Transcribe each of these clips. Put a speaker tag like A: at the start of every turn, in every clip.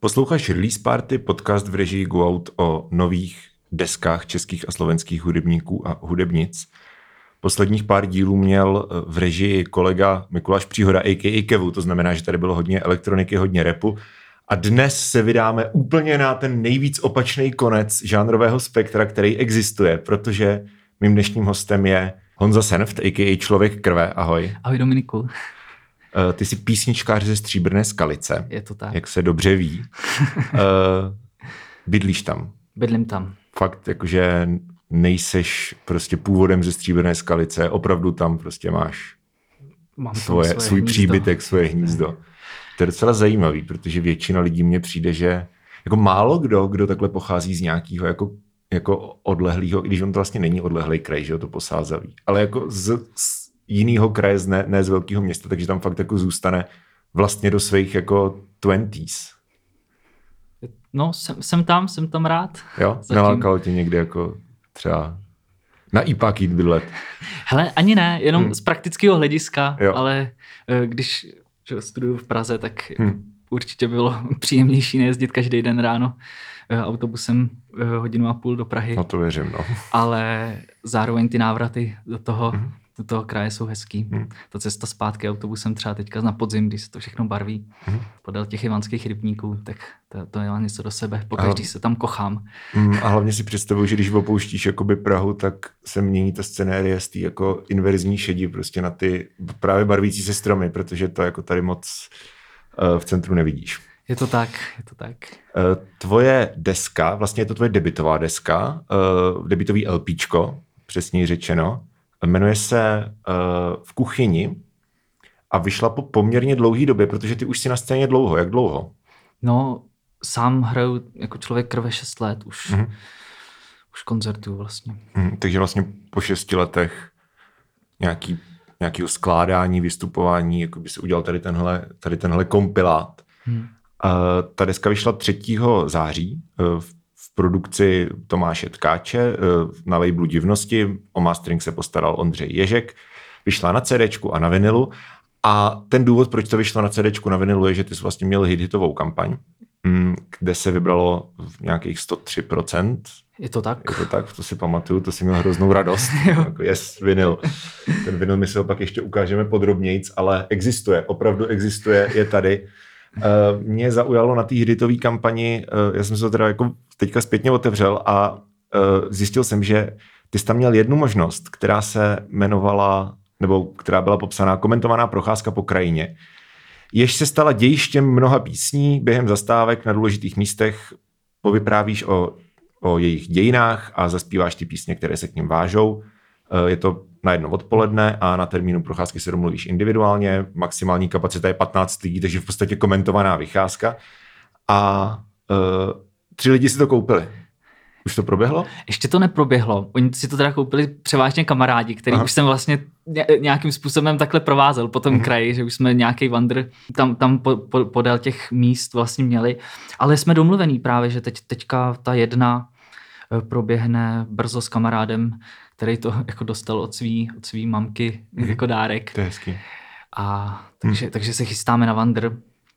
A: Posloucháš Release Party, podcast v režii Go Out o nových deskách českých a slovenských hudebníků a hudebnic. Posledních pár dílů měl v režii kolega Mikuláš Příhoda, a.k.a. Kevu, to znamená, že tady bylo hodně elektroniky, hodně rapu. A dnes se vydáme úplně na ten nejvíc opačný konec žánrového spektra, který existuje, protože mým dnešním hostem je Honza Senft, a.k.a. Člověk krve. Ahoj.
B: Ahoj Dominiku.
A: Ty jsi písničkář ze Stříbrné Skalice.
B: Je to tak.
A: Jak se dobře ví. Bydlíš tam.
B: Bydlím tam.
A: Fakt, jakože nejseš prostě původem ze Stříbrné Skalice, opravdu tam prostě máš svůj příbytek, svoje hnízdo. To je docela zajímavý, protože většina lidí mně přijde, že jako málo kdo takhle pochází z nějakého jako odlehlého, když on to vlastně není odlehlý kraj, že jo, to Posázaví, ale jako z jiného kraje, ne z velkého města, takže tam fakt jako zůstane vlastně do svých jako 20s.
B: No, jsem tam rád.
A: Jo? Nalákalo tě někdy jako třeba na IPák jít bydlet?
B: Hele, ani ne, jenom z praktického hlediska, jo. Ale když studuju v Praze, tak určitě by bylo příjemnější nejezdit každý den ráno autobusem 1,5 hodiny do Prahy.
A: No to věřím, no.
B: Ale zároveň ty návraty do toho kraje jsou hezký. Ta cesta zpátky autobusem třeba teďka na podzim, když se to všechno barví podél těch ivanských rybníků, tak to je něco do sebe. Pokaždý se tam kochám.
A: A hlavně si představuji, že když opouštíš jakoby Prahu, tak se mění ta scenérie z té jako inverzní šedi prostě na ty právě barvící se stromy, protože to jako tady moc v centru nevidíš.
B: Je to tak.
A: Tvoje deska, vlastně je to tvoje debutová deska, debutový LPčko, přesněji řečeno, jmenuje se V kuchyni a vyšla po poměrně dlouhé době, protože ty už si na scéně dlouho. Jak dlouho?
B: No, sám hraju jako Člověk krve 6 let už. Už koncertuju vlastně.
A: Takže vlastně po 6 letech nějakého skládání, vystupování, jako by si udělal tady tenhle kompilát. Ta deska vyšla 3. září v produkci Tomáše Tkáče na labelu Divnosti. O mastering se postaral Ondřej Ježek. Vyšla na CDčku a na vinilu. A ten důvod, proč to vyšlo na CDčku na vinilu, je, že ty jsi vlastně měl hitovou kampaň, kde se vybralo v nějakých 103%.
B: Je to tak?
A: Je to tak, to si pamatuju, to si měl hroznou radost. Yes, vinyl. Ten vinyl my si ho pak ještě ukážeme podrobnějc, ale opravdu existuje, je tady. Mě zaujalo na té hitové kampani, já jsem se to teda jako teďka zpětně otevřel a zjistil jsem, že ty jsi tam měl jednu možnost, která se jmenovala, nebo která byla popsaná Komentovaná procházka po krajině, jež se stala dějištěm mnoha písní během zastávek na důležitých místech, povyprávíš o jejich dějinách a zaspíváš ty písně, které se k nim vážou. Je to na jedno odpoledne a na termínu procházky se domluvíš individuálně. Maximální kapacita je 15 lidí, takže v podstatě komentovaná vycházka. A 3 lidi si to koupili. Už to proběhlo?
B: Ještě to neproběhlo. Oni si to teda koupili převážně kamarádi, který už jsem vlastně nějakým způsobem takhle provázel po tom kraji, že už jsme nějaký vandr tam podél těch míst vlastně měli. Ale jsme domluvení právě, že teďka ta jedna proběhne brzo s kamarádem, který to jako dostal od svý mamky jako dárek.
A: To je hezký.
B: A takže se chystáme na vandr.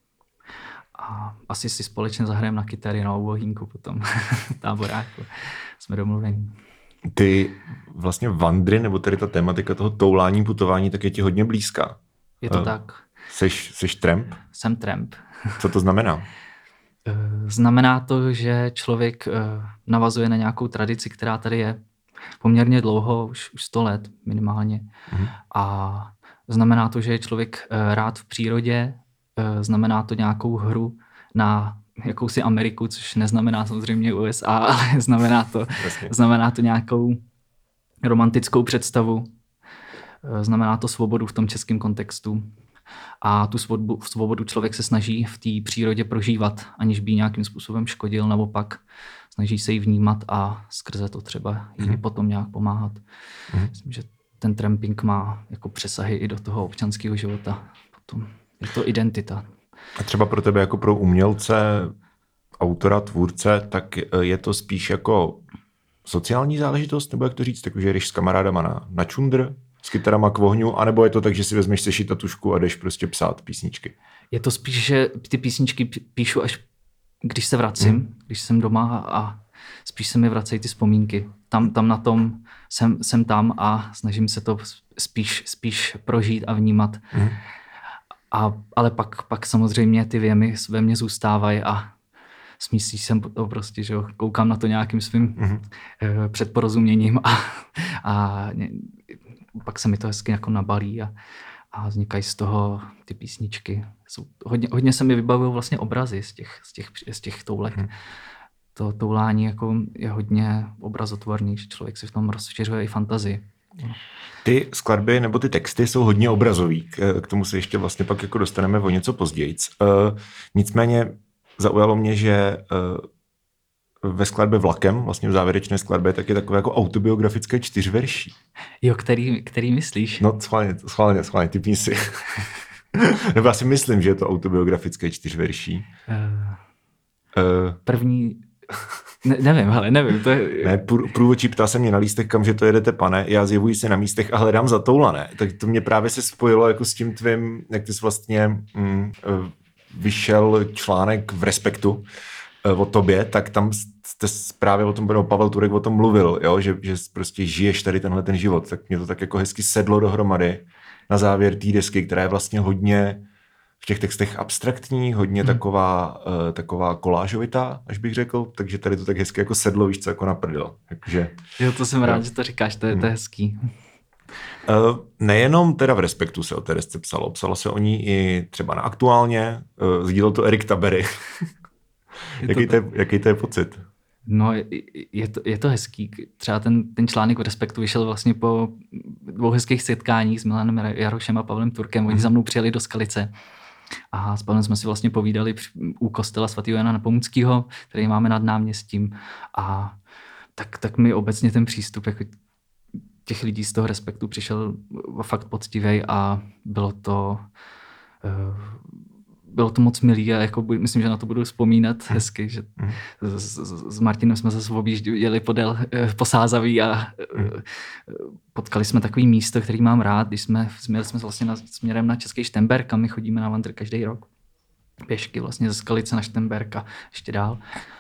B: A asi si společně zahrajeme na kytary na obohínku potom táboráku. Jsme domluvení.
A: Ty vlastně vandry, nebo tady ta tematika toho toulání, putování, tak je ti hodně blízká.
B: Je to tak.
A: Seš tramp?
B: Jsem tramp.
A: Co to znamená?
B: Znamená to, že člověk navazuje na nějakou tradici, která tady je poměrně dlouho, už 100 let minimálně. A znamená to, že je člověk rád v přírodě, znamená to nějakou hru na jakousi Ameriku, což neznamená samozřejmě USA, ale znamená to nějakou romantickou představu. Znamená to svobodu v tom českém kontextu. A tu svobodu člověk se snaží v té přírodě prožívat, aniž by nějakým způsobem škodil, naopak snaží se ji vnímat a skrze to třeba jí potom nějak pomáhat. Myslím, že ten tramping má jako přesahy i do toho občanského života. Potom je to identita.
A: A třeba pro tebe jako pro umělce, autora, tvůrce, tak je to spíš jako sociální záležitost, nebo jak to říct, takže jdeš s kamarádama na čundr, s kytarama k ohňu, anebo je to tak, že si vezmeš sešit a tušku a jdeš prostě psát písničky?
B: Je to spíš, že ty písničky píšu až když se vracím, když jsem doma a spíš se mi vracejí ty vzpomínky. Tam na tom jsem tam a snažím se to spíš prožít a vnímat. Ale pak samozřejmě ty věmy ve mně zůstávají a smísíš jsem to prostě, že jo, koukám na to nějakým svým předporozuměním a pak se mi to hezky jako nabalí a vznikají z toho ty písničky. Hodně se mi vybavují vlastně obrazy z těch toulek. To toulání jako je hodně obrazotvorný, že člověk si v tom rozšiřuje i fantazii.
A: Ty skladby nebo ty texty jsou hodně obrazový. K tomu se ještě vlastně pak jako dostaneme o něco později. Nicméně zaujalo mě, že ve skladbě Vlakem, vlastně v závěrečné skladbě, tak je takové jako autobiografické 4 verší.
B: Jo, který myslíš?
A: No schválně, typni si. Nebo já si myslím, že je to autobiografické 4 verší.
B: První... nevím. To je...
A: Ne, průvodčí ptá se mě na lístek, kamže to jedete, pane, já zjevuji se na místech a hledám zatoulané. Tak to mě právě se spojilo jako s tím tvým, jak ty jsi vlastně vyšel článek v Respektu o tobě, tak tam jste právě o tom, Pavel Turek o tom mluvil, jo? Že prostě žiješ tady tenhle ten život. Tak mě to tak jako hezky sedlo dohromady na závěr té desky, která je vlastně hodně v těch textech abstraktní, hodně taková kolážovitá, až bych řekl, takže tady to tak hezky jako sedlo, víš co, jako na prdel. Takže,
B: jo, to jsem rád, že to říkáš, to je hezký.
A: Nejenom teda v Respektu se o té desce psalo se o ní i třeba na Aktuálně, sdílel to Erik Tabery. Jaký to je pocit?
B: No, je to hezký. Třeba ten článek v Respektu vyšel vlastně po 2 hezkých setkáních s Milanem Jarošem a Pavlem Turkem. Oni za mnou přijeli do Skalice a s Pavlem jsme si vlastně povídali u kostela svatého Jana Nepomuckého, který máme nad náměstím. A tak mi obecně ten přístup jako těch lidí z toho Respektu přišel fakt poctivý a bylo to moc milý a jako myslím, že na to budu vzpomínat hezky, že s Martinem jsme zase objížděli po Sázaví a potkali jsme takový místo, který mám rád, když jsme vlastně směrem na Český Štemberk a my chodíme na vandr každý rok. Pěšky vlastně ze Skalice na Štemberk a ještě dál.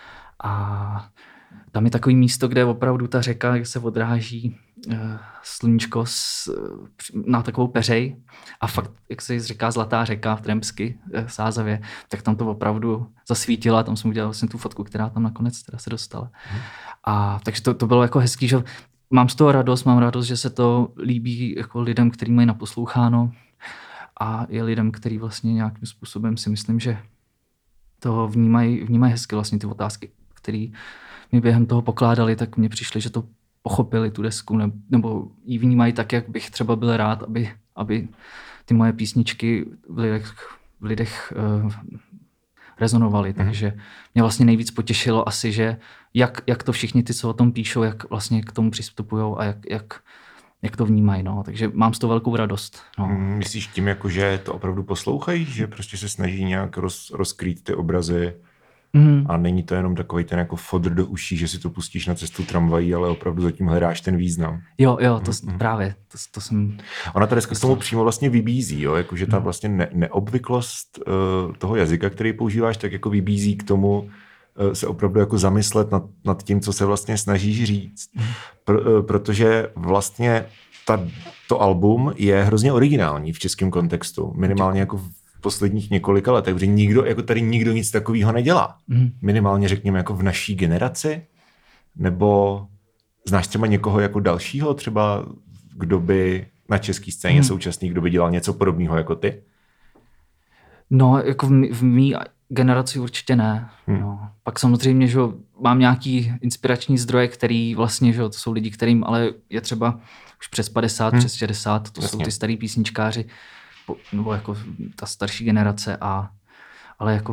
B: A tam je takový místo, kde opravdu ta řeka se odráží sluníčko na takovou peřej a fakt, jak se říká Zlatá řeka v Tremsky, v Sázavě, tak tam to opravdu zasvítilo a tam jsem udělal vlastně tu fotku, která tam nakonec teda se dostala. A takže to bylo jako hezký, že mám z toho radost, že se to líbí jako lidem, kteří mají naposloucháno a je lidem, který vlastně nějakým způsobem si myslím, že to vnímají hezky vlastně ty otázky, které mi během toho pokládali, tak mně přišli, že to pochopili tu desku, nebo ji vnímají tak, jak bych třeba byl rád, aby ty moje písničky v lidech rezonovaly. Takže mě vlastně nejvíc potěšilo asi, že jak to všichni ty, co o tom píšou, jak vlastně k tomu přistupujou a jak to vnímají. No. Takže mám z toho velkou radost. No.
A: Myslíš tím, jako, že to opravdu poslouchají, že prostě se snaží nějak rozkrýt ty obrazy a není to jenom takový ten jako fodr do uší, že si to pustíš na cestu tramvají, ale opravdu zatím hledáš ten význam.
B: Jo, právě. To jsem...
A: Ona ta deska k tomu přímo vlastně vybízí, jo? Jakože ta vlastně neobvyklost toho jazyka, který používáš, tak jako vybízí k tomu se opravdu jako zamyslet nad tím, co se vlastně snažíš říct. Protože vlastně to album je hrozně originální v českém kontextu. Minimálně jako v posledních několika letech, protože tady nikdo nic takového nedělá. Minimálně řekněme jako v naší generaci, nebo znáš třeba někoho jako dalšího, třeba kdo by na české scéně současný, kdo by dělal něco podobného jako ty?
B: No, jako v mý generaci určitě ne. No. Pak samozřejmě, že mám nějaký inspirační zdroje, který vlastně, že to jsou lidi, kterým ale je třeba už přes 50, přes 60, to jsou ty starý písničkáři, nebo jako ta starší generace, ale jako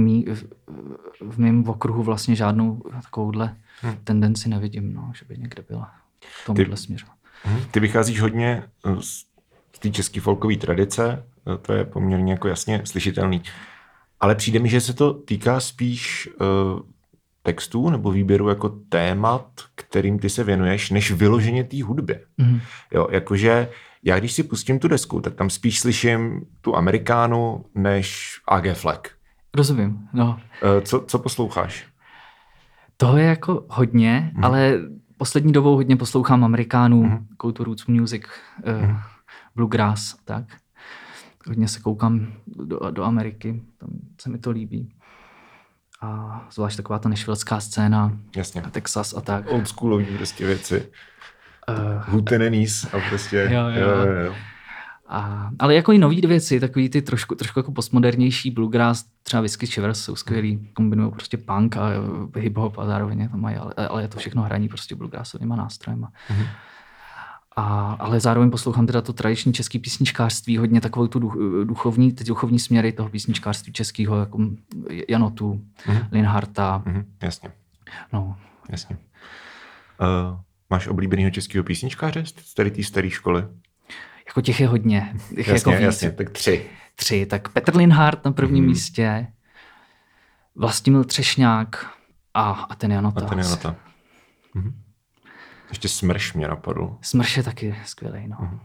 B: v mém okruhu vlastně žádnou takovouhle tendenci nevidím, no, že by někde byla v tomhle směru.
A: Ty vycházíš hodně z té české folkové tradice, to je poměrně jako jasně slyšitelný, ale přijde mi, že se to týká spíš textů nebo výběru jako témat, kterým ty se věnuješ, než vyloženě té hudbě. Jo, jakože já když si pustím tu desku, tak tam spíš slyším tu Amerikánu než A.G. Fleck.
B: Rozumím, no.
A: Co posloucháš?
B: Toho je jako hodně, ale poslední dobou hodně poslouchám Amerikánů, takovou roots music, bluegrass, tak. Hodně se koukám do Ameriky, tam se mi to líbí. A zvlášť taková ta nashvillská scéna,
A: Jasně.
B: Texas a tak.
A: Oldschoolový prostě věci. Hootenannies a prostě...
B: Jo. Ale jako i nový věci, takový ty trošku jako postmodernější bluegrass, třeba Whiskey Shivers jsou skvělý, kombinují prostě punk a hip-hop a zároveň tam mají, ale je to všechno hraní prostě bluegrassovýma nástrojema. Ale zároveň poslouchám teda to tradiční český písničkářství, hodně takovou tu duchovní směry toho písničkářství českého, jako Janotu, Linharta.
A: Jasně.
B: No.
A: Jasně. Máš oblíbenýho českého písničkáře z tady té staré školy?
B: Jako těch je hodně.
A: Jasně, tak 3.
B: Tak Petr Linhart na prvním místě, Vlastimil Třešňák a ten Janota.
A: Ještě Smrš mě napadl.
B: Smrš je taky skvělej, no.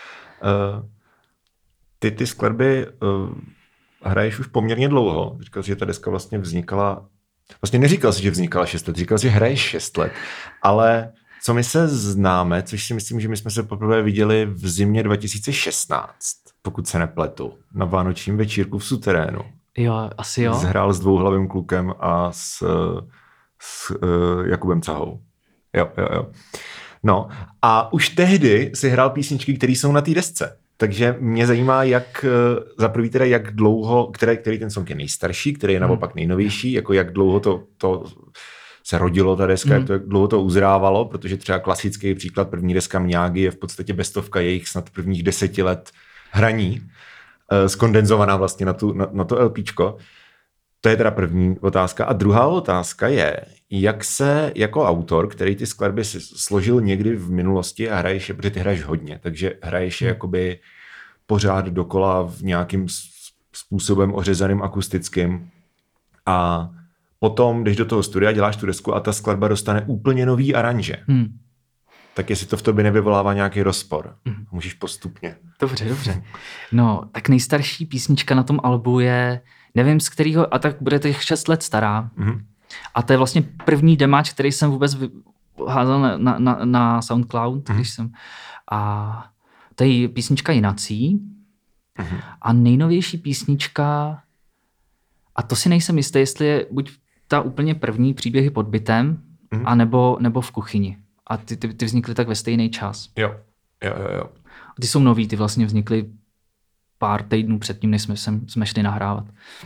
A: Ty skladby hraješ už poměrně dlouho. Říkal jsi, že ta deska vlastně vznikala... Vlastně neříkal jsi, že vznikala 6 let, říkal jsi, že hraješ 6 let. Ale co my se známe, což si myslím, že my jsme se poprvé viděli v zimě 2016, pokud se nepletu, na vánočním večírku v suterénu.
B: Jo, asi jo.
A: Zhrál s Dvouhlavým klukem a s Jakubem Cahou. Jo. No a už tehdy si hrál písničky, které jsou na té desce. Takže mě zajímá, jak dlouho, který ten song je nejstarší, který je naopak nejnovější, jako jak dlouho to se rodilo ta deska, jak dlouho to uzrávalo, protože třeba klasický příklad první deska Mňágy je v podstatě bestovka jejich snad prvních 10 let hraní, skondenzovaná vlastně na to LPčko. To je teda první otázka. A druhá otázka je, jak se jako autor, který ty skladby složil někdy v minulosti a hraješ je, protože ty hraješ hodně, takže hraješ je jakoby pořád dokola v nějakým způsobem ořezaným akustickým a potom jdeš do toho studia, děláš tu desku a ta skladba dostane úplně nový aranže. Tak jestli to v tobě nevyvolává nějaký rozpor. Můžeš postupně.
B: Dobře. No, tak nejstarší písnička na tom albu je, nevím z kterého, a tak bude těch 6 let stará. A to je vlastně první demáč, který jsem vůbec házal na SoundCloud. A to je písnička Jinací. A nejnovější písnička, a to si nejsem jistý, jestli je buď ta úplně první Příběhy pod bytem, anebo V kuchyni. A ty vznikly tak ve stejný čas.
A: Jo.
B: A ty jsou nový, ty vlastně vznikly pár týdnů předtím, než jsme šli nahrávat.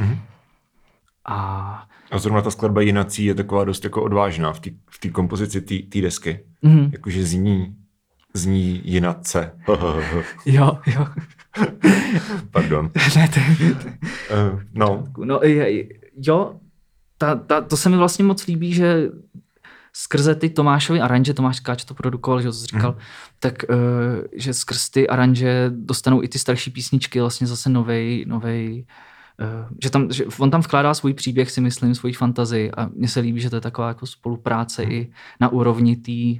B: A
A: zrovna ta skladba Jinací je taková dost jako odvážná v té kompozici té desky. Jakože zní Jinace.
B: Jo.
A: Pardon.
B: Jo, to se mi vlastně moc líbí, že skrze ty Tomášovy aranže, Tomáš Tkáč to produkoval, že to říkal, tak že skrz ty aranže dostanou i ty starší písničky vlastně zase novej že on tam vkládá svůj příběh, si myslím, svoji fantazii a mně se líbí, že to je taková jako spolupráce i na úrovni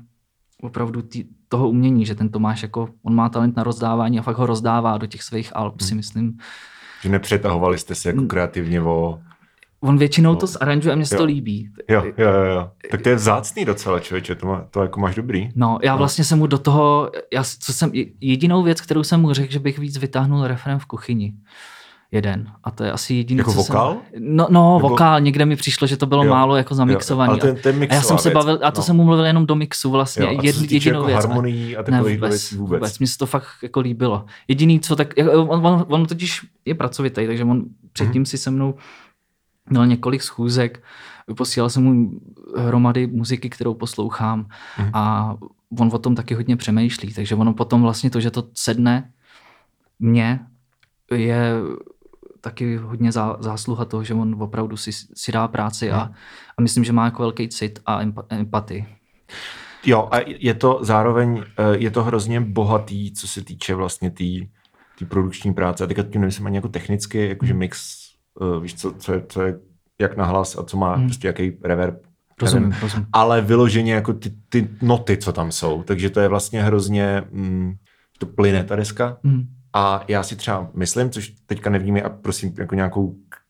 B: toho umění, že ten Tomáš jako, on má talent na rozdávání a fakt ho rozdává do těch svých alb, si myslím.
A: Že nepřetahovali jste se jako kreativně
B: On většinou to zaranžuje a mně se to líbí.
A: Jo. Tak to je vzácný docela, člověče, to jako máš dobrý.
B: No, já vlastně jsem mu do toho, jedinou věc, kterou jsem mu řekl, že bych víc vytáhnul refrén v kuchyni. Jeden. A to je asi jediný,
A: jako vokál?
B: Vokál. Někde mi přišlo, že to bylo málo jako zamixovaný.
A: Ale to je mixová
B: a já jsem se bavil, a to jsem mu mluvil jenom do mixu vlastně.
A: Jo, a co se týče jako harmonií a takových věcí vůbec.
B: Mně se to fakt jako líbilo. Jediný, co tak, on totiž je pracovitý, takže on předtím si se mnou měl několik schůzek, posílal jsem mu hromady muziky, kterou poslouchám a on o tom taky hodně přemýšlí, takže ono potom vlastně to, že to sedne mně, je taky hodně zásluha toho, že on opravdu si dá práci a myslím, že má jako velký cit a empatii.
A: Jo, a je to zároveň, je to hrozně bohatý, co se týče vlastně té produkční práce. A teďka tím nemyslím ani jako technicky, jakože mix, víš, co je jak nahlas a co má prostě jaký reverb.
B: Rozumím.
A: Ale vyloženě jako ty noty, co tam jsou. Takže to je vlastně hrozně, to plyne ta deska. A já si třeba myslím, což teďka nevíme a prosím jako nějakou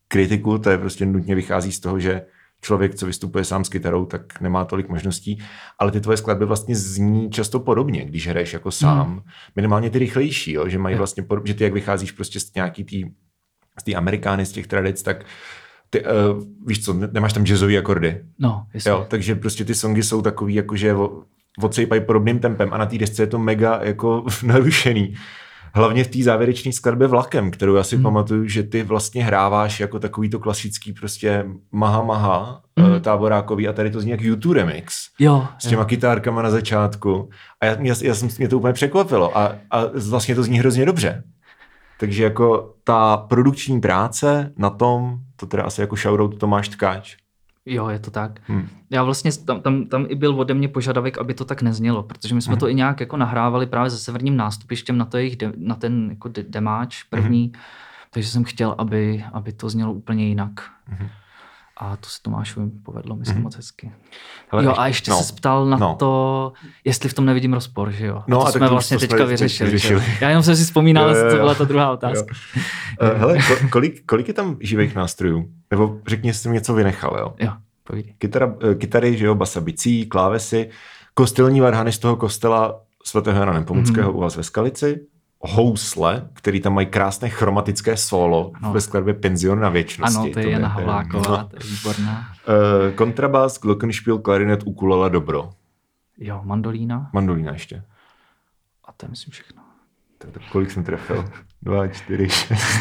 A: kritiku, to je prostě nutně vychází z toho, že člověk, co vystupuje sám s kytarou, tak nemá tolik možností, ale ty tvoje skladby vlastně zní často podobně, když hraješ jako sám. Minimálně ty rychlejší, jo? Že mají vlastně že ty jak vycházíš prostě z nějaký z té Amerikány, z těch tradic, tak ty, víš co, nemáš tam jazzový akordy.
B: No,
A: jo, takže prostě ty songy jsou takový, jakože odsejpají podobným tempem a na té desce je to mega jako narušený. Hlavně v té závěrečné skladbě Vlakem, kterou já si pamatuju, že ty vlastně hráváš jako takový to klasický prostě maha táborákový a tady to zní jak YouTube remix.
B: Jo.
A: S těma kytárkama na začátku. A mě to úplně překvapilo a vlastně to zní hrozně dobře. Takže jako ta produkční práce na tom, to teda asi jako shoutout Tomáš Tkáč.
B: Jo, je to tak. Já vlastně, tam i byl ode mě požadavek, aby to tak neznělo, protože my jsme to i nějak jako nahrávali právě se Severním nástupištěm na ten jako demáč první, takže jsem chtěl, aby to znělo úplně jinak. A to se Tomášovi povedlo, myslím, moc hezky.
A: Hele,
B: jo, a ještě se ptal na to, jestli v tom nevidím rozpor, že jo?
A: No,
B: a to jsme vlastně teďka vyřešili. Já jenom jsem si vzpomínal, co byla ta druhá otázka.
A: Hele, kolik je tam živých nástrojů? Nebo řekni, jestli jsem něco vynechal, jo?
B: Jo, povídej.
A: Kytary, že jo, basa bicí, klávesy, kostelní varhany z toho kostela svatého Jana Nepomuckého u vás ve Skalici, housle, který tam mají krásné chromatické sólo ve skladbě Penzion na věčnosti.
B: Ano, to je Jana Havláková, to je výborná.
A: Kontrabas, glockenspiel, klarinet, ukulele, dobro.
B: Jo, mandolína.
A: Mandolína ještě.
B: A to je myslím všechno.
A: Tak kolik jsem trefil? 2, 4, 6.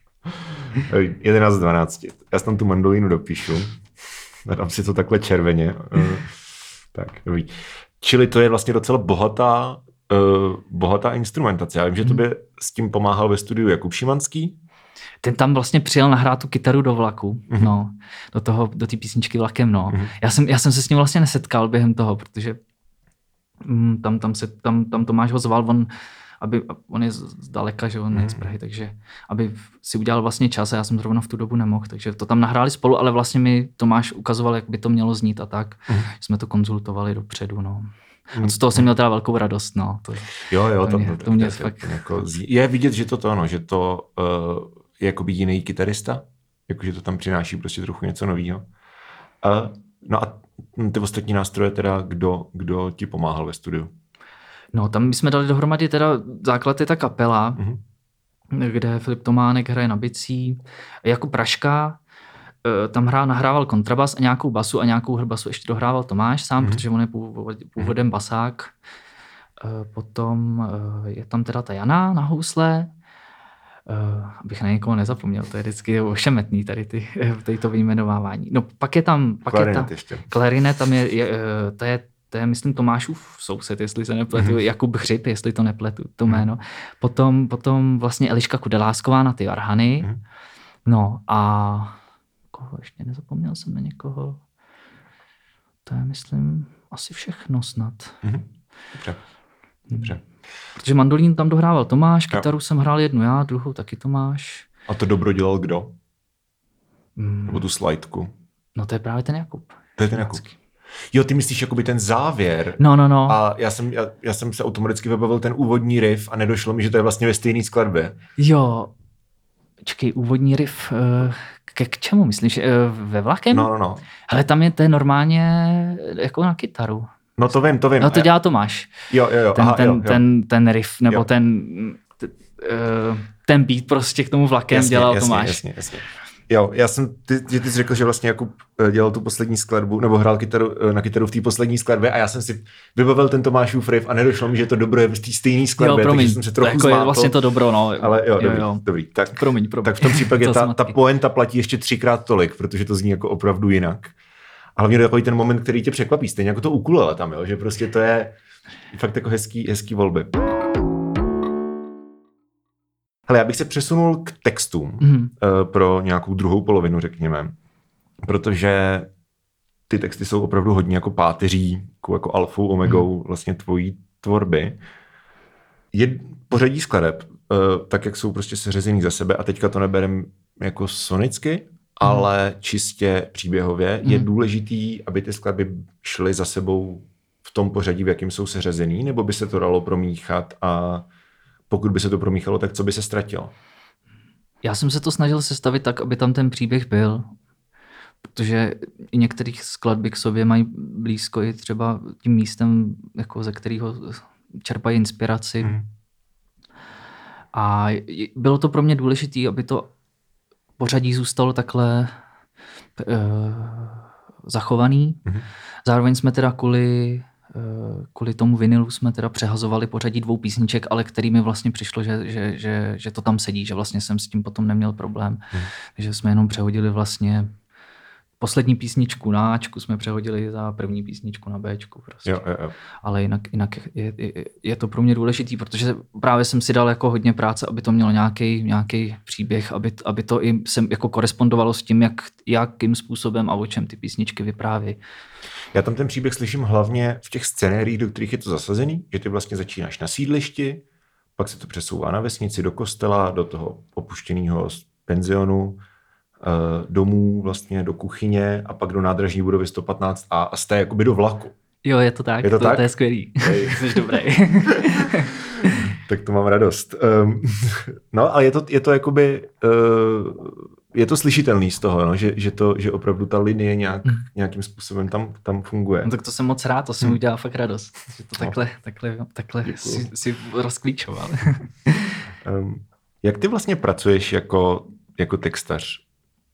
A: 11, 12. Já tam tu mandolínu dopíšu. Dám si to takhle červeně. Tak, dobrý. Čili to je vlastně docela bohatá instrumentace. Já vím, že tobě s tím pomáhal ve studiu Jakub Šimanský.
B: Ten tam vlastně přijel nahrát tu kytaru do vlaku, no, do té písničky Vlakem, no. Já jsem se s ním vlastně nesetkal během toho, protože tam Tomáš ho zval, on je zdaleka, že on je z Prahy, takže aby si udělal vlastně čas a já jsem zrovna v tu dobu nemohl, takže to tam nahráli spolu, ale vlastně mi Tomáš ukazoval, jak by to mělo znít a tak. Jsme to konzultovali dopředu, no. A z toho jsem měl teda velkou radost, no. To mě fakt...
A: Jako je vidět, že že to je jakoby jiný kytarista, jakože to tam přináší prostě trochu něco nového. No a ty ostatní nástroje teda, kdo ti pomáhal ve studiu?
B: No, tam jsme dali dohromady teda základ je ta kapela, kde Filip Tománek hraje na bicí. Jakub Praška tam nahrával kontrabas a nějakou basu a nějakou hrbasu ještě dohrával Tomáš sám, protože on je původem basák. Potom je tam teda ta Jana na housle, abych na někoho nezapomněl, to je vždycky ošemetný tady to vyjmenovávání. No pak je tam klarinet, tam to je, myslím, Tomášův soused, jestli se nepletu, Jakub Hřib, jestli to nepletu, to jméno. Potom vlastně Eliška Kudelásková na ty varhany. No a koho ještě nezapomněl jsem na někoho. To je, myslím, asi všechno snad.
A: Dobře.
B: Protože mandolín tam dohrával Tomáš, kytaru jsem hrál jednu já, druhou taky Tomáš.
A: A to dobro dělal kdo? Nebo tu slajdku?
B: No to je právě ten Jakub.
A: To je ten Jakub. Jo, ty myslíš jakoby ten závěr.
B: No.
A: A já jsem se automaticky vybavil ten úvodní riff a nedošlo mi, že to je vlastně ve stejné skladbě.
B: Jo. Počkej, úvodní riff, k čemu myslíš? Ve Vlakem?
A: No.
B: Hele, to je normálně jako na kytaru.
A: No to vím.
B: No to dělá Tomáš.
A: Jo.
B: Ten riff, nebo ten beat prostě k tomu Vlakem dělal Tomáš.
A: Jasně. Jo, ty jsi řekl, že vlastně Jakub dělal tu poslední skladbu, nebo hrál na kytaru v té poslední skladbě a já jsem si vybavil ten Tomášův riff a nedošlo mi, že to dobro je v té stejné skladbě, takže jsem se trochu zmátl.
B: Je vlastně to dobro, no.
A: Ale dobrý. Tak,
B: promiň.
A: Tak v tom případě ta poenta platí ještě 3x tolik, protože to zní jako opravdu jinak. A hlavně takový ten moment, který tě překvapí, stejně jako to ukulele tam, jo, že prostě to je fakt jako hezký volby. Hele, já bych se přesunul k textům pro nějakou druhou polovinu, řekněme, protože ty texty jsou opravdu hodně jako páteří, jako alfou, omegou vlastně tvojí tvorby. Je pořadí skladeb, tak jak jsou prostě seřazený za sebe, a teďka to neberem jako sonicky, ale čistě příběhově, je důležitý, aby ty skladby šly za sebou v tom pořadí, v jakým jsou seřazený, nebo by se to dalo promíchat a pokud by se to promíchalo, tak co by se ztratilo?
B: Já jsem se to snažil sestavit tak, aby tam ten příběh byl, protože i některých skladby k sobě mají blízko i třeba tím místem, jako ze kterého čerpají inspiraci. A bylo to pro mě důležité, aby to pořadí zůstalo takhle zachovaný. Zároveň jsme teda kvůli tomu vinilu jsme teda přehazovali pořadí 2 písniček, ale který mi vlastně přišlo, že to tam sedí, že vlastně jsem s tím potom neměl problém. Takže jsme jenom přehodili vlastně poslední písničku na Ačku jsme přehodili za první písničku na Bčku. Prostě.
A: Jo.
B: Ale jinak je to pro mě důležitý, protože právě jsem si dal jako hodně práce, aby to mělo nějaký příběh, aby to i sem jako korespondovalo s tím, jakým způsobem a o čem ty písničky vypráví.
A: Já tam ten příběh slyším hlavně v těch scenériích, do kterých je to zasazený, že ty vlastně začínáš na sídlišti, pak se to přesouvá na vesnici, do kostela, do toho opuštěného penzionu, domů, vlastně do kuchyně a pak do nádražní budovy 115A a jste jakoby do vlaku.
B: Jo, je to tak.
A: Je to tak?
B: To je skvělý. Jsi dobrý.
A: Tak to mám radost. No, ale je to jakoby... je to slyšitelný z toho, no, že opravdu ta linie nějakým způsobem tam funguje.
B: No, tak to jsem moc rád, to jsem udělal fakt radost. Že to takhle si rozklíčoval.
A: Jak ty vlastně pracuješ jako textař?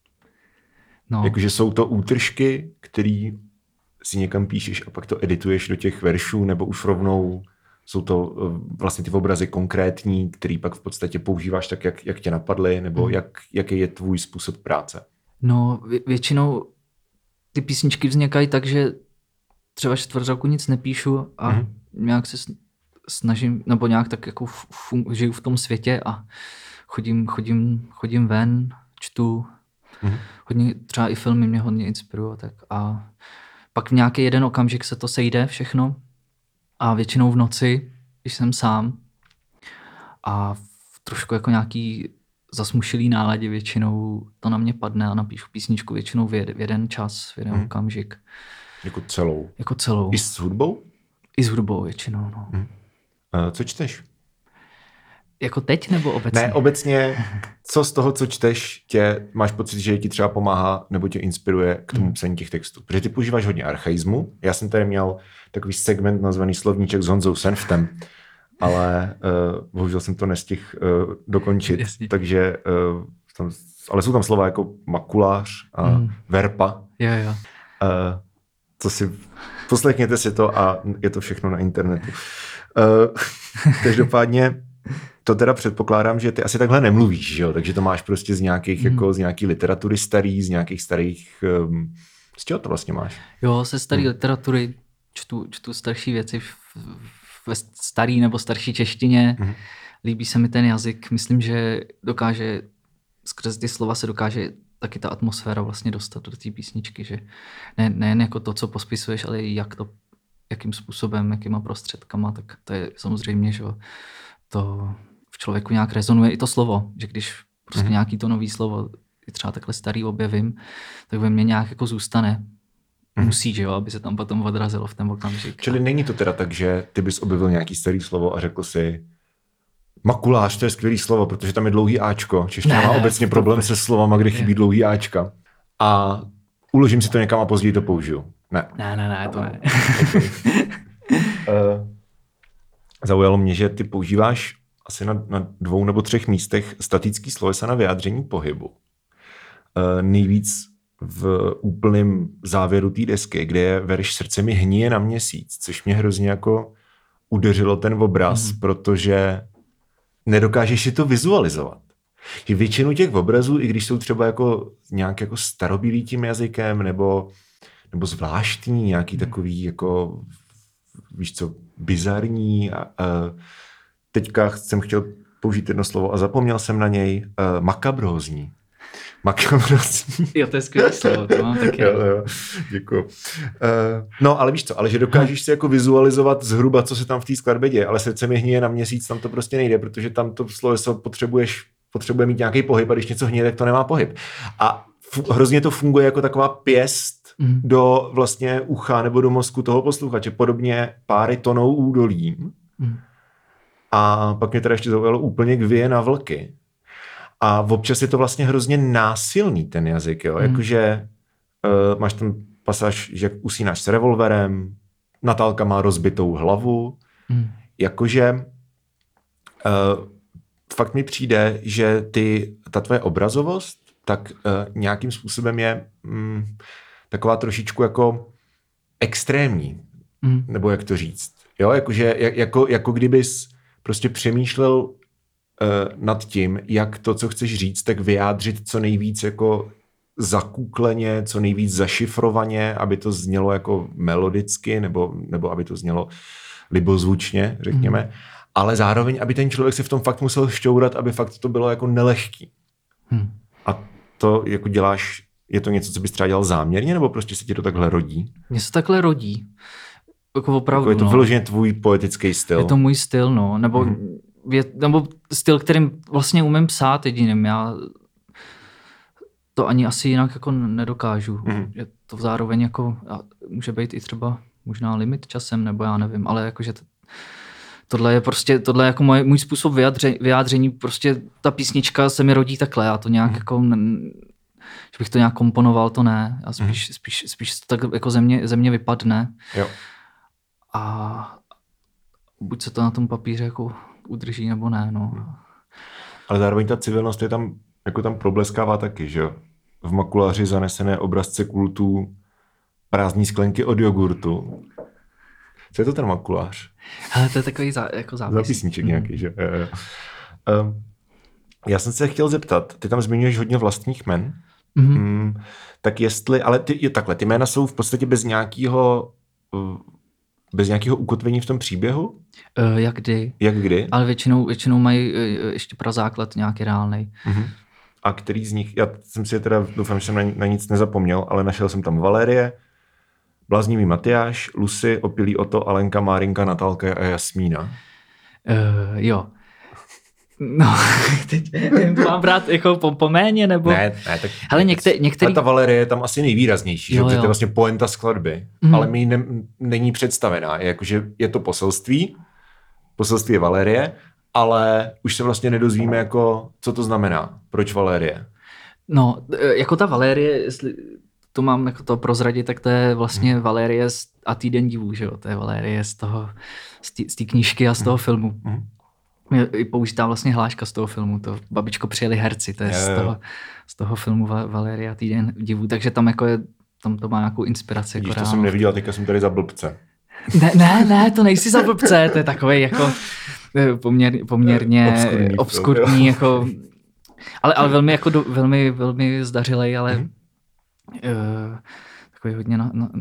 B: No.
A: Jakože jsou to útržky, který si někam píšeš a pak to edituješ do těch veršů, nebo už rovnou jsou to vlastně ty obrazy konkrétní, který pak v podstatě používáš tak, jak tě napadly, nebo jaký je tvůj způsob práce?
B: No, většinou ty písničky vznikají tak, že třeba 4 roku nic nepíšu a nějak se snažím, nebo nějak tak jako žiju v tom světě a chodím ven, čtu, hodně, třeba i filmy mě hodně inspirují, tak a pak v nějaký jeden okamžik se to sejde všechno a většinou v noci, když jsem sám a v trošku jako nějaký zasmušilý náladě většinou to na mě padne a napíšu písničku většinou v jeden čas, v jeden okamžik.
A: Jako celou?
B: Jako celou.
A: I s hudbou?
B: I s hudbou většinou, no.
A: Co čteš?
B: Jako teď nebo obecně?
A: Ne, obecně. Co z toho, co čteš, máš pocit, že ti třeba pomáhá nebo tě inspiruje k tomu psaní těch textů? Protože ty používáš hodně archaismu. Já jsem tady měl takový segment nazvaný Slovníček s Honzou Senftem, ale bohužel jsem to nestihl dokončit.
B: Jasně.
A: Takže ale jsou tam slova jako makulář a verpa.
B: Jo.
A: Poslechněte si to a je to všechno na internetu. Každopádně to teda předpokládám, že ty asi takhle nemluvíš, že jo? Takže to máš prostě z nějaký literatury starý, z nějakých starých... z čeho to vlastně máš?
B: Jo, ze staré literatury čtu starší věci ve starý nebo starší češtině. Líbí se mi ten jazyk. Myslím, že dokáže, skrze ty slova se dokáže taky ta atmosféra vlastně dostat do té písničky, že nejen jako to, co pospisuješ, ale i jakým způsobem, jakýma prostředkama, tak to je samozřejmě, že to v člověku nějak rezonuje i to slovo, že když prostě nějaký to nový slovo, třeba takhle starý objevím, tak ve mně nějak jako zůstane. Musí, že jo, aby se tam potom odrazilo v ten okamžik.
A: Čili není to teda tak, že ty bys objevil nějaký starý slovo a řekl si makulář, to je skvělý slovo, protože tam je dlouhý áčko. Čeština má obecně problém se slovama, kde chybí dlouhý áčka. A uložím si to někam a později to použiju. Ne,
B: to ne.
A: Zaujalo mě, že ty používáš asi na 2 nebo 3 místech statický slovesa na vyjádření pohybu. Nejvíc v úplném závěru té desky, kde je verš Srdce mi hníje na měsíc, což mě hrozně jako udeřilo ten obraz, protože nedokážeš si to vizualizovat. Že většinu těch obrazů, i když jsou třeba jako nějak jako starobílý tím jazykem, nebo zvláštní, nějaký takový jako, víš co, bizarní. Teďka jsem chtěl použít jedno slovo a zapomněl jsem na něj. Makabrózní.
B: Jo, to je skvělé slovo, to mám taky.
A: Jo, děkuju. No, ale víš co, ale že dokážeš si jako vizualizovat zhruba, co se tam v té skladbě děje, ale Srdce mi hníje na měsíc, tam to prostě nejde, protože tam to sloveso potřebuje mít nějaký pohyb a když něco hníje, tak to nemá pohyb. A hrozně to funguje jako taková pěst do vlastně ucha nebo do mozku toho posluchače. Podobně Páry tonou údolím. A pak mě teda ještě zaujalo Úplně k vyje na vlky. A občas je to vlastně hrozně násilný ten jazyk, jo? Jakože máš tam pasáž, že usínáš s revolverem, Natálka má rozbitou hlavu, jakože fakt mi přijde, že ta tvoje obrazovost tak nějakým způsobem je taková trošičku jako extrémní, nebo jak to říct. Jo, jakože jako kdybys prostě přemýšlel nad tím, jak to, co chceš říct, tak vyjádřit co nejvíc jako zakúkleně, co nejvíc zašifrovaně, aby to znělo jako melodicky, nebo aby to znělo libozvučně, řekněme. Ale zároveň, aby ten člověk si v tom fakt musel šťourat, aby fakt to bylo jako nelehký. A to jako děláš, je to něco, co bys třeba dělal záměrně, nebo prostě se ti to takhle rodí?
B: Mně se takhle rodí. Jako opravdu,
A: jako je to vyloženě tvůj poetický styl.
B: Je to můj styl, no. Nebo styl, kterým vlastně umím psát jediným. Já to ani asi jinak jako nedokážu. Je to zároveň jako, může být i třeba možná limit časem, nebo já nevím, ale jakože tohle je jako můj způsob vyjádření, prostě ta písnička se mi rodí takhle, já to nějak jako, že bych to nějak komponoval, to ne, a spíš to tak jako ze mě vypadne.
A: Jo.
B: A buď se to na tom papíře jako udrží, nebo ne, no.
A: Ale zároveň ta civilnost je tam, jako tam probleskává taky, že jo? V makuláři zanesené obrazce kultů, prázdní sklenky od jogurtu. Co je to ten makulář?
B: Ale to je takový jako zápis.
A: Zápisníček nějaký, že? Já jsem se chtěl zeptat, ty tam zmiňuješ hodně vlastních jmen, tak jestli, ale ty jména jsou v podstatě bez nějakého ukotvení v tom příběhu?
B: Jak kdy.
A: Jak kdy?
B: Ale většinou mají ještě prazáklad nějaký reálnej.
A: A který z nich, já jsem si teda, doufám, že jsem na nic nezapomněl, ale našel jsem tam Valérie, Bláznivý Matyáš, Lucy, Opilý Oto, Alenka, Márinka, Natálka a Jasmína.
B: Jo. No, teď mám brát jako po jméně, nebo...
A: Ne, tak...
B: Ale některý...
A: Ale ta Valérie je tam asi nejvýraznější, že? Protože to je vlastně pointa skladby, ale mi není představená. Jakože je to poselství je Valérie, ale už se vlastně nedozvíme, jako, co to znamená, proč Valérie.
B: No, jako ta Valérie, jestli to mám jako to prozradit, tak to je vlastně Valérie a Týden divů, že jo? To je Valérie z té knížky a z toho filmu. Je použitá vlastně hláška z toho filmu, to Babičko přijeli herci, to je z toho filmu Valérie a Týden divů, takže tam jako tam to má nějakou inspiraci.
A: Vidíš, to jsem neviděl, teďka jsem tady za blbce.
B: Ne, to nejsi za blbce, to je takovej jako poměrně obskurní jako, ale velmi jako velmi zdařilej, ale takový hodně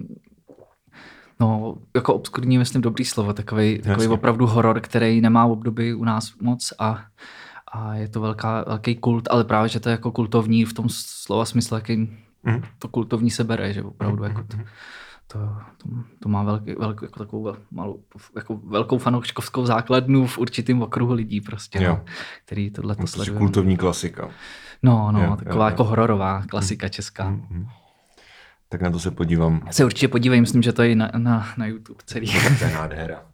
B: no, jako obskurní, myslím, dobrý slovo, takový opravdu horor, který nemá obdoby u nás moc a je to velký kult, ale právě, že to je jako kultovní v tom slova smyslu, jaký to kultovní se bere, že opravdu jako to má jako takovou jako velkou fanouškovskou základnu v určitém okruhu lidí prostě, no, který tohleto sledují.
A: Kultovní klasika.
B: No, taková jako hororová klasika česká.
A: Tak na to se podívám.
B: Já se určitě podívej, myslím, že to je na YouTube celý.
A: To je nádhera.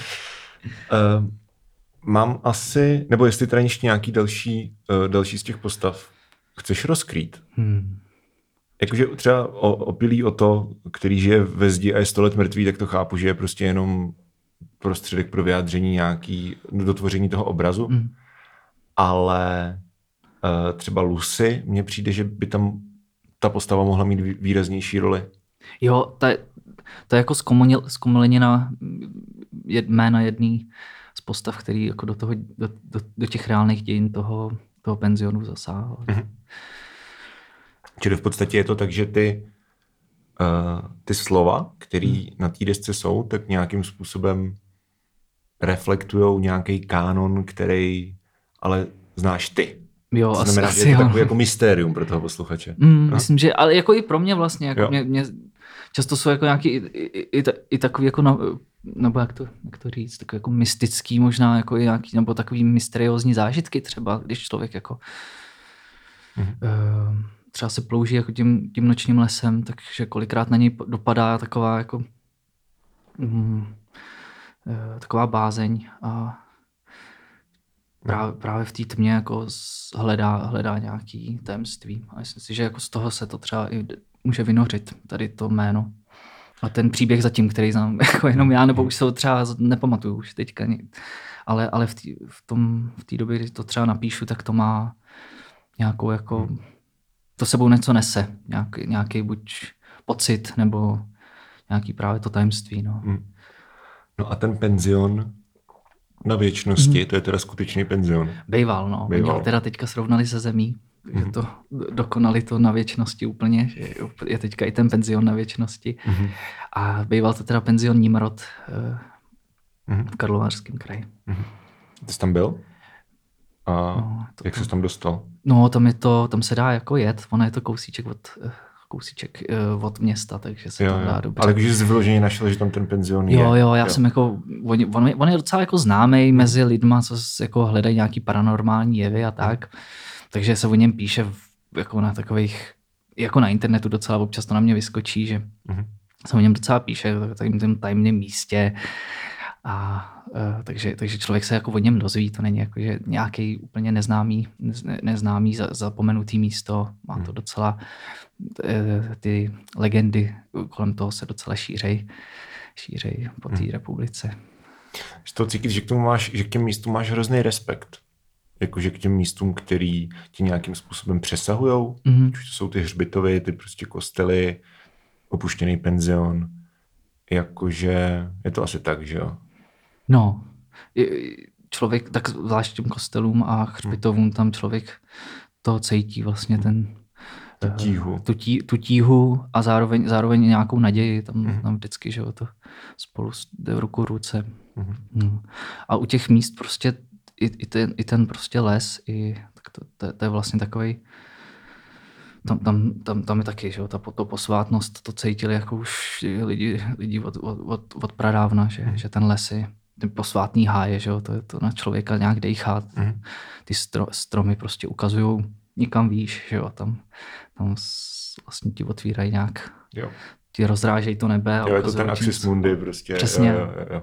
A: Mám asi, nebo jestli teda ještě nějaký další z těch postav chceš rozkrýt? Jakože třeba Opilý Oto, který žije ve zdi a je 100 let mrtvý, tak to chápu, že je prostě jenom prostředek pro vyjádření nějaký dotvoření toho obrazu. Ale třeba Lucy, mně přijde, že by tam ta postava mohla mít výraznější roli. Jo,
B: to je jako zkomolenina jména jedný z postav, který jako do těch reálných dějin toho penzionu zasáhl.
A: Čili v podstatě je to tak, že ty slova, které na té desce jsou, tak nějakým způsobem reflektujou nějaký kánon, který ale znáš ty.
B: Jo,
A: to znamená,
B: asi
A: je to takový jako mystérium pro toho posluchače.
B: Myslím, že, ale jako i pro mě vlastně, jako mě často jsou jako nějaký i takový jako, nebo jak to říct, takový jako mystický možná, jako nějaký, nebo takový mysteriózní zážitky třeba, když člověk jako třeba se plouží jako tím nočním lesem, takže kolikrát na něj dopadá taková jako taková bázeň a právě v té tmě jako hledá nějaký tajemství. A myslím si, že jako z toho se to třeba i může vynořit, tady to jméno. A ten příběh zatím, který znám jako jenom já, nebo už se ho třeba nepamatuju už teďka. Ale v té době, kdy to třeba napíšu, tak to má nějakou jako... To sebou něco nese. Nějaký buď pocit, nebo nějaký právě to tajemství. No,
A: no a ten penzion na věčnosti, to je teda skutečný penzion.
B: Bejval, no. Oni teda teďka srovnali se zemí. Že to dokonali to na věčnosti úplně, že je teďka i ten penzion na věčnosti. A býval to teda penzion Nimrod v Karlovarském kraji.
A: Ty jsi tam byl? A jak jsi tam dostal?
B: No, tam se dá jako jet, ono je to kousíček od města, takže se tam dá dobře.
A: Ale když jsi vyloženě našel, že tam ten penzion je.
B: Jo, já jsem jako, on je docela jako známý mezi lidma, co jako hledají nějaký paranormální jevy a tak. Takže se o něm píše jako na takových, jako na internetu docela občas to na mě vyskočí, že se o něm docela píše v takovém tajemném místě. Takže člověk se jako o něm dozví, to není jako, že nějaký úplně neznámý zapomenutý místo. Má to docela, ty legendy kolem toho se docela šířej po té republice.
A: Z toho cítit, že k těm místům máš hrozný respekt. Jakože k těm místům, který ti nějakým způsobem přesahujou. To jsou ty hřbitovy, ty prostě kostely, opuštěný penzion. Jakože je to asi tak, že jo?
B: No, člověk, tak zvlášť těm kostelům a hřbitovům, tam člověk to cítí vlastně tu tíhu a zároveň nějakou naději, tam vždycky, že jo, to spolu jde v ruku ruce. A u těch míst prostě i ten prostě les, to je vlastně takovej, tam je taky, že jo, to posvátnost, to cítili jako už lidi od pradávna, že ten les je ten posvátný háje, že jo, to na člověka nějak dejchá. Ty stromy prostě ukazujou nikam výš, že jo, tam vlastně ti otvírají nějak, ti rozrážejí to nebe.
A: Jo, je to ten axis mundi prostě.
B: Přesně.
A: Jo.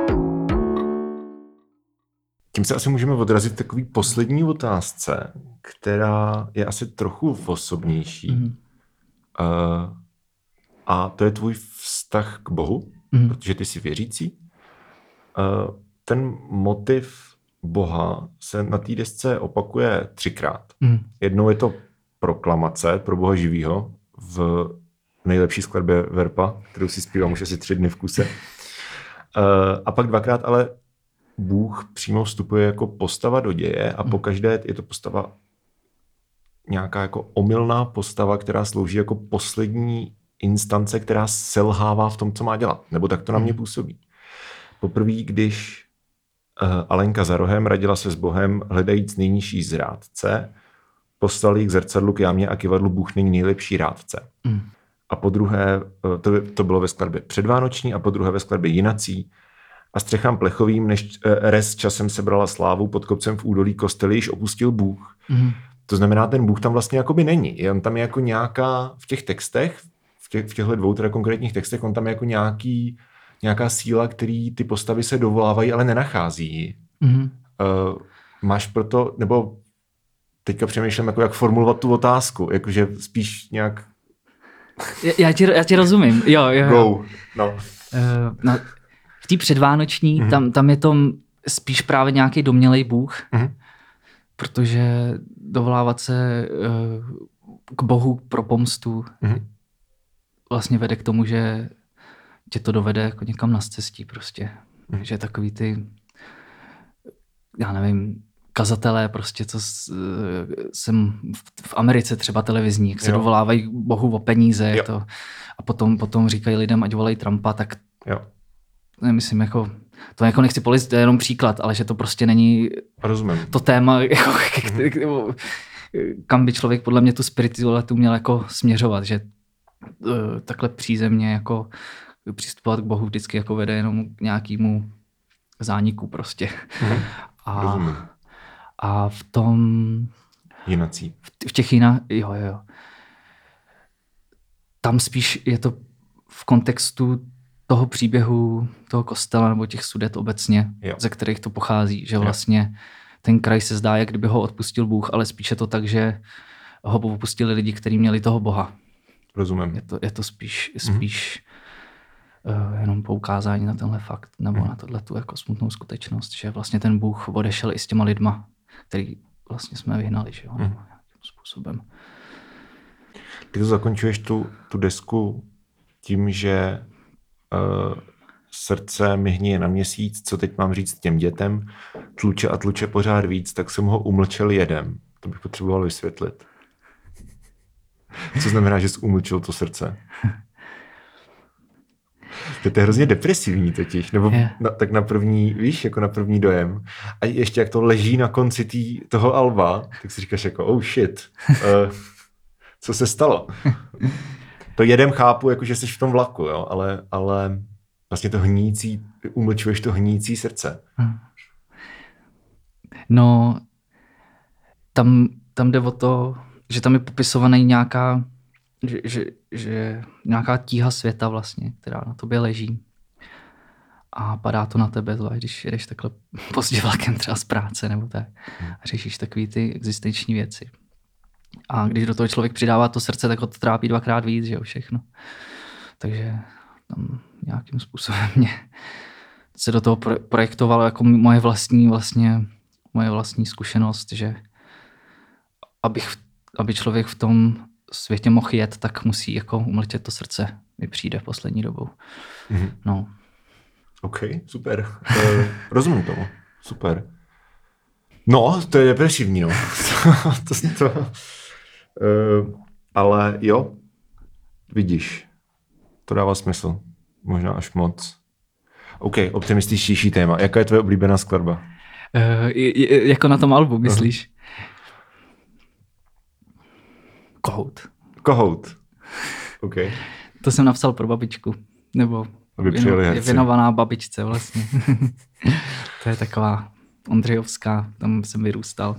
A: Tím se asi můžeme odrazit takový poslední otázce, která je asi trochu osobnější. A to je tvůj vztah k Bohu, protože ty jsi věřící. Ten motiv Boha se na té desce opakuje 3krát. Jednou je to proklamace pro Boha živýho v nejlepší skladbě Verpa, kterou si zpívám už asi 3 dny v kuse. A pak 2krát ale Bůh přímo vstupuje jako postava do děje a pokaždé je to postava nějaká jako omylná postava, která slouží jako poslední instance, která selhává v tom, co má dělat. Nebo tak to na mě působí. Poprvé, když Alenka za rohem radila se s Bohem, hledajíc nejnižší zrádce, poslal jí k zrcadlu, k jámě a kyvadlu Bůh není nejlepší rádce. A po druhé, to bylo ve skladbě předvánoční, a po druhé ve skladbě jinací, a střechám plechovým, než res časem sebrala slávu, pod kopcem v údolí kostely již opustil Bůh. To znamená, ten Bůh tam vlastně jakoby není. On tam je jako nějaká, v těch textech, v těchto 2 teda konkrétních textech, on tam je jako nějaká síla, který ty postavy se dovolávají, ale nenachází. Máš proto, nebo teďka přemýšlím, jako jak formulovat tu otázku, jakože spíš nějak...
B: Já ti rozumím, jo.
A: Go, no.
B: V té předvánoční, tam je to spíš právě nějaký domnělej Bůh, protože dovolávat se k Bohu pro pomstu vlastně vede k tomu, že tě to dovede jako někam na cestí prostě. Že takový ty, já nevím, kazatelé prostě, co jsem v Americe třeba televizní, jak se dovolávají Bohu o peníze a potom říkají lidem, ať volají Trumpa, tak nemyslím, jako, to jako nechci polit, to je jenom příklad, ale že to prostě není to téma, jako, kam by člověk podle mě tu spiritualitu měl jako směřovat, že takhle přízemně jako přistupovat k Bohu vždycky jako vede jenom k nějakému zániku prostě. A v tom...
A: Jinací.
B: V těch jo. Tam spíš je to v kontextu toho příběhu, toho kostela nebo těch sudet obecně, ze kterých to pochází, že vlastně ten kraj se zdá, jak kdyby ho odpustil Bůh, ale spíše to tak, že ho opustili lidi, kteří měli toho Boha.
A: Rozumím.
B: Je to spíš jenom poukázání na tenhle fakt, nebo na tohletu jako smutnou skutečnost, že vlastně ten Bůh odešel i s těma lidma, který vlastně jsme vyhnali, že jo, nějakým způsobem.
A: Ty to zakončuješ tu desku tím, že srdce mi hníje na měsíc, co teď mám říct těm dětem, tluče a tluče pořád víc, tak jsem ho umlčel jedem. To bych potřeboval vysvětlit. Co znamená, že jsi umlčil to srdce? To je hrozně depresivní totiž, nebo tak na první, víš, jako na první dojem. A ještě jak to leží na konci toho alba, tak si říkáš jako, oh shit, co se stalo? To jedem chápu, jako že jsi v tom vlaku, jo, ale vlastně to hníjící, umlčuješ to hníjící srdce.
B: No, tam jde o to, že tam je popisovaný nějaká, že nějaká tíha světa vlastně, která na tobě leží. A padá to na tebe, zvlášť když jedeš takhle pozdě vlakem třeba z práce nebo tak. A řešíš takový ty existenční věci. A když do toho člověk přidává to srdce, tak ho to trápí dvakrát víc, že jo, všechno. Takže tam nějakým způsobem mě se do toho projektovalo jako moje vlastní zkušenost, že aby člověk v tom světě mohl jet, tak musí jako umlčet to srdce, mi přijde v poslední dobou. No.
A: OK, super. Rozumím tomu. Super. No, to je depresivní, no. Ale jo, vidíš, to dává smysl. Možná až moc. OK, optimističtější téma. Jaká je tvoje oblíbená skladba?
B: Jako na tom albu, myslíš? Kohout. OK. To jsem napsal pro babičku. Nebo je věnovaná babičce vlastně. To je taková ondřejovská, tam jsem vyrůstal.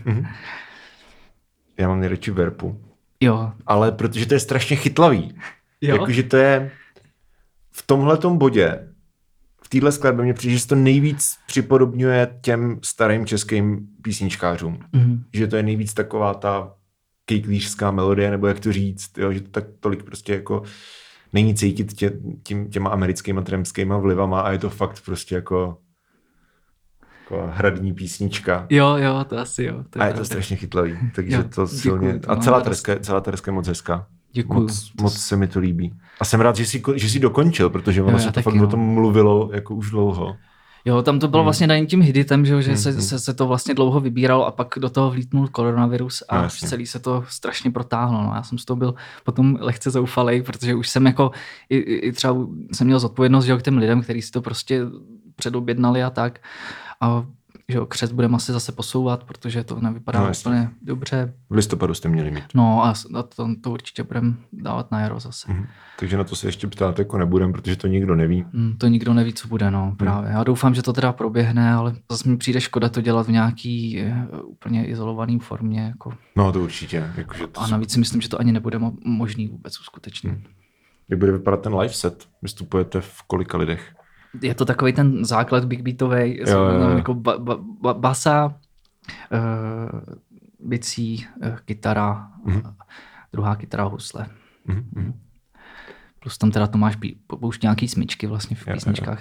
A: Já mám nejradši Verpu.
B: Jo.
A: Ale protože to je strašně chytlavý. Jakože to je v tomhletom bodě, v téhle skladbě mě přijde, že se to nejvíc připodobňuje těm starým českým písničkářům. Že to je nejvíc taková ta kejklířská melodie, nebo jak to říct, jo? Že to tak tolik prostě jako není cítit těma americkýma trampskýma vlivama a je to fakt prostě jako hradní písnička.
B: Jo, to asi jo.
A: A je to strašně chytlavý, takže jo, to silně... Děkuji, a celá Tereska je moc hezká.
B: Děkuji.
A: Moc se mi to líbí. A jsem rád, že jsi dokončil, protože ono se to fakt o tom mluvilo jako už dlouho.
B: Jo, tam to bylo vlastně daný tím hiditem, že se to vlastně dlouho vybíralo a pak do toho vlítnul koronavirus a celý se to strašně protáhlo. No. Já jsem z toho byl potom lehce zoufalej, protože už jsem jako i třeba jsem měl zodpovědnost, že k těm lidem, kteří si to prostě předobjednali a tak. A že křest budeme asi zase posouvat, protože to nevypadá úplně dobře.
A: V listopadu jste měli mít.
B: No a to určitě budeme dávat na jaro zase.
A: Takže na to se ještě ptát jako nebudem, protože to nikdo neví.
B: To nikdo neví, co bude, no právě. Já doufám, že to teda proběhne, ale zase mi přijde škoda to dělat v nějaký úplně izolovaný formě. Jako.
A: No to určitě. Jakože to
B: a navíc si myslím, že to ani nebude možný vůbec uskutečnit.
A: Jak bude vypadat ten live set? Vystupujete v kolika lidech?
B: Je to takový ten základ big beatovej, jako basa, bicí, kytara, druhá kytara, husle. Plus tam teda to máš poušť nějaký smyčky vlastně v písničkách,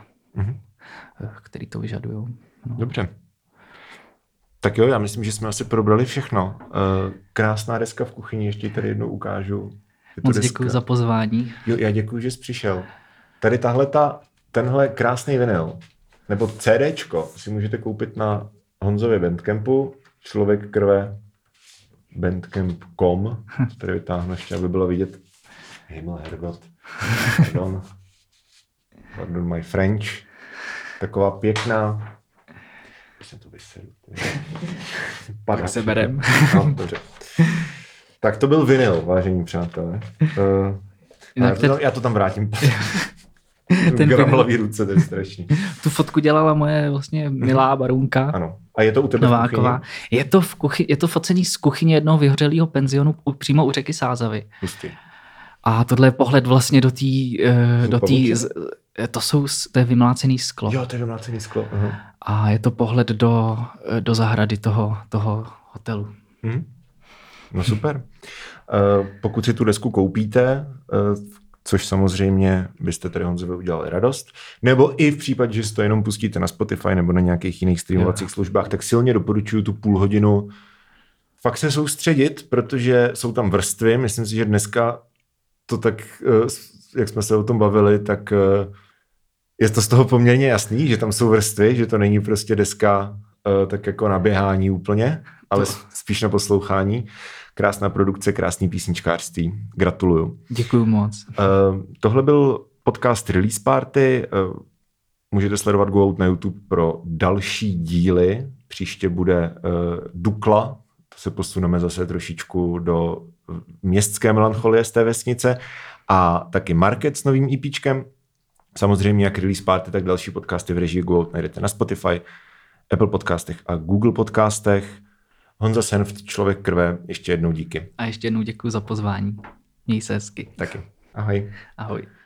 B: který to vyžadujou. No.
A: Dobře. Tak jo, já myslím, že jsme asi probrali všechno. Krásná deska v kuchyni, ještě tady jednou ukážu.
B: Moc děkuji za pozvání.
A: Jo, já děkuji, že jsi přišel. Tady tenhle krásný vinyl, nebo CDčko si můžete koupit na Honzově Bandcampu, Člověk krve bandcamp.com, tady vytáhnu ještě, aby bylo vidět. Himmel, Hergot. Pardon my French. Taková pěkná. Jsem to vysedu.
B: Tak se berem.
A: No, dobře. Tak to byl vinyl, vážení přátelé. Já to tam vrátím. Ten gramlavý ruce, to je strašný.
B: Tu fotku dělala moje vlastně milá barunka.
A: Ano. A je to u tebe
B: Nováková. V kuchyni? Je to focení z kuchyně jednoho vyhořelého penzionu přímo u řeky Sázavy.
A: Pustý.
B: A tohle je pohled vlastně do té... To je vymlácený sklo.
A: Jo, to je vymlácený sklo.
B: a je to pohled do zahrady toho hotelu.
A: No super. Pokud si tu desku koupíte, což samozřejmě byste tady Honzovi udělali radost, nebo i v případě, že si to jenom pustíte na Spotify nebo na nějakých jiných streamovacích službách, tak silně doporučuji tu půl hodinu fakt se soustředit, protože jsou tam vrstvy. Myslím si, že dneska to tak, jak jsme se o tom bavili, tak je to z toho poměrně jasný, že tam jsou vrstvy, že to není prostě deska tak jako na běhání úplně, ale spíš na poslouchání. Krásná produkce, krásný písničkářství. Gratuluju.
B: Děkuju moc.
A: Tohle byl podcast Release Party. Můžete sledovat Go Out na YouTube pro další díly. Příště bude Dukla. To se posuneme zase trošičku do městské melancholie z té vesnice. A taky Market s novým EPčkem. Samozřejmě jak Release Party, tak další podcasty v režii Go Out najdete na Spotify, Apple podcastech a Google podcastech. Honza Senft, Člověk krve, ještě jednou díky.
B: A ještě jednou děkuji za pozvání. Měj se hezky.
A: Taky. Ahoj.
B: Ahoj.